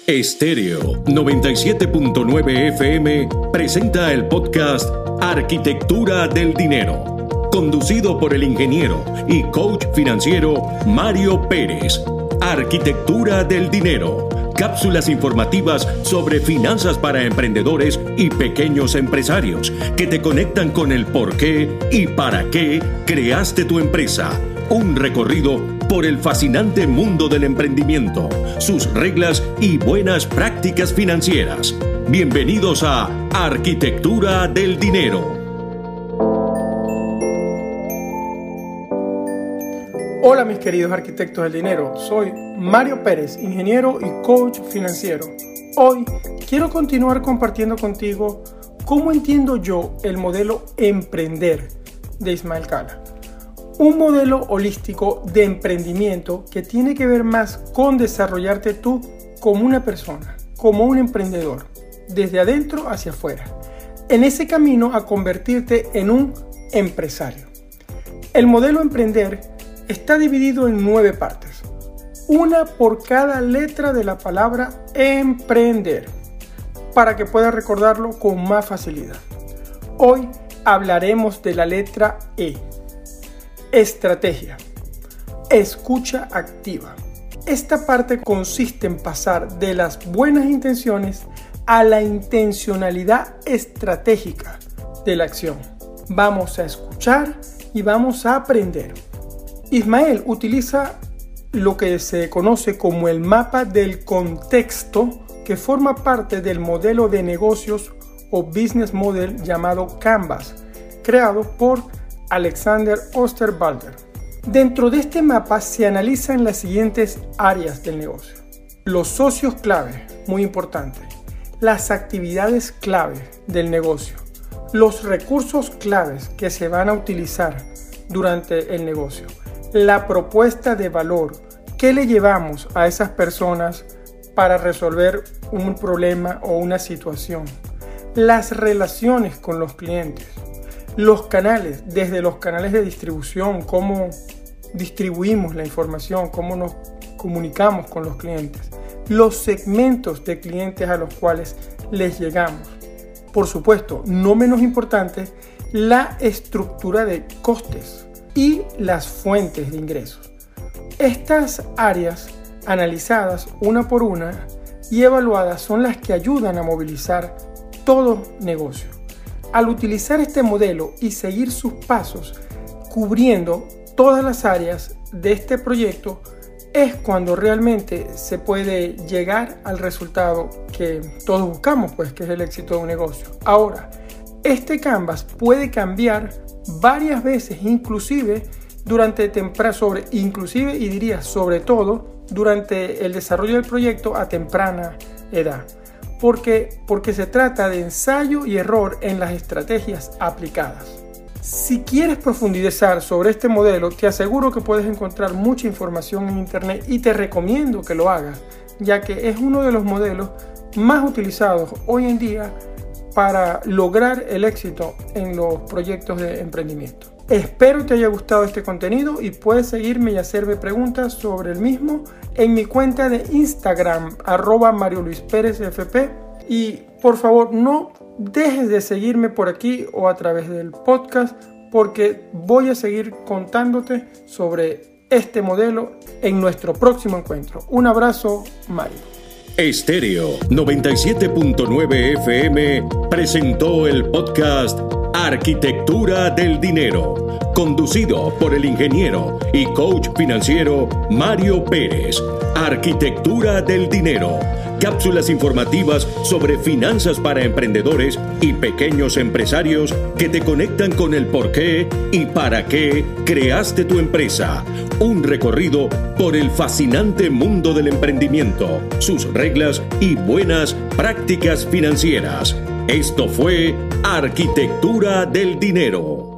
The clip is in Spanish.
Estéreo 97.9 FM presenta el podcast Arquitectura del Dinero, conducido por el ingeniero y coach financiero Mario Pérez. Arquitectura del Dinero, cápsulas informativas sobre finanzas para emprendedores y pequeños empresarios que te conectan con el por qué y para qué creaste tu empresa. Un recorrido por el fascinante mundo del emprendimiento, sus reglas y buenas prácticas financieras. Bienvenidos a Arquitectura del Dinero. Hola mis queridos arquitectos del dinero, soy Mario Pérez, ingeniero y coach financiero. Hoy quiero continuar compartiendo contigo cómo entiendo yo el modelo Emprender de Ismael Cala. Un modelo holístico de emprendimiento que tiene que ver más con desarrollarte tú como una persona, como un emprendedor, desde adentro hacia afuera, en ese camino a convertirte en un empresario. El modelo Emprender está dividido en 9 partes, una por cada letra de la palabra emprender, para que puedas recordarlo con más facilidad. Hoy hablaremos de la letra E. Estrategia. Escucha activa. Esta parte consiste en pasar de las buenas intenciones a la intencionalidad estratégica de la acción. Vamos a escuchar y vamos a aprender. Ismael utiliza lo que se conoce como el mapa del contexto, que forma parte del modelo de negocios o business model llamado creado por Alexander Osterwalder. Dentro de este mapa se analizan las siguientes áreas del negocio: los socios clave, muy importante, las actividades clave del negocio, los recursos claves que se van a utilizar durante el negocio, la propuesta de valor, qué le llevamos a esas personas para resolver un problema o una situación, las relaciones con los clientes, los canales, desde los canales de distribución, cómo distribuimos la información, cómo nos comunicamos con los clientes, los segmentos de clientes a los cuales les llegamos. Por supuesto, no menos importante, la estructura de costes y las fuentes de ingresos. Estas áreas analizadas una por una y evaluadas son las que ayudan a movilizar todo negocio. Al utilizar este modelo y seguir sus pasos cubriendo todas las áreas de este proyecto, es cuando realmente se puede llegar al resultado que todos buscamos, pues, que es el éxito de un negocio. Ahora, este Canvas puede cambiar varias veces, inclusive sobre todo durante el desarrollo del proyecto a temprana edad. Porque se trata de ensayo y error en las estrategias aplicadas. Si quieres profundizar sobre este modelo, te aseguro que puedes encontrar mucha información en internet y te recomiendo que lo hagas, ya que es uno de los modelos más utilizados hoy en día para lograr el éxito en los proyectos de emprendimiento. Espero te haya gustado este contenido y puedes seguirme y hacerme preguntas sobre el mismo en mi cuenta de Instagram, @MarioLuisPérezFP. Y por favor, no dejes de seguirme por aquí o a través del podcast, porque voy a seguir contándote sobre este modelo en nuestro próximo encuentro. Un abrazo, Mario. Estéreo 97.9 FM presentó el podcast Arquitectura del Dinero, conducido por el ingeniero y coach financiero Mario Pérez. Arquitectura del Dinero, cápsulas informativas sobre finanzas para emprendedores y pequeños empresarios que te conectan con el por qué y para qué creaste tu empresa. Un recorrido por el fascinante mundo del emprendimiento, sus reglas y buenas prácticas financieras. Esto fue Arquitectura del Dinero.